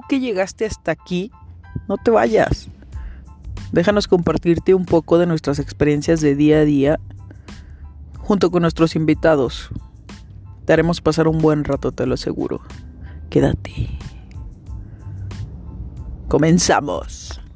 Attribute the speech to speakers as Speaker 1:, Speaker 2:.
Speaker 1: que llegaste hasta aquí, no te vayas. Déjanos compartirte un poco de nuestras experiencias de día a día junto con nuestros invitados. Te haremos pasar un buen rato, te lo aseguro. Quédate. Comenzamos.